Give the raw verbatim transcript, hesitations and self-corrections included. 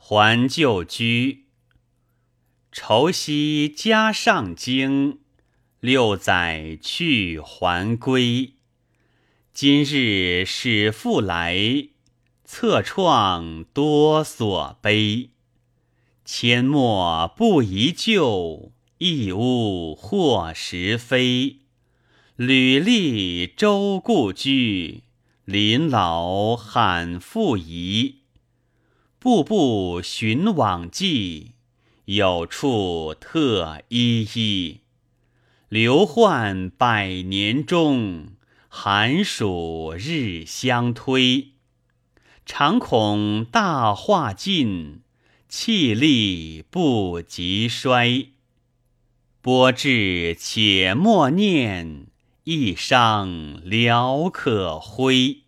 还旧居。愁夕家上京，六载去还归。今日始复来，侧创多所悲。阡陌不宜旧，一屋或时飞。履历周故居，临老喊复移。步步寻往迹，有处特依依。流患百年终，寒暑日相推。常恐大化尽，气力不及衰。拨至且莫念，一觞聊可挥。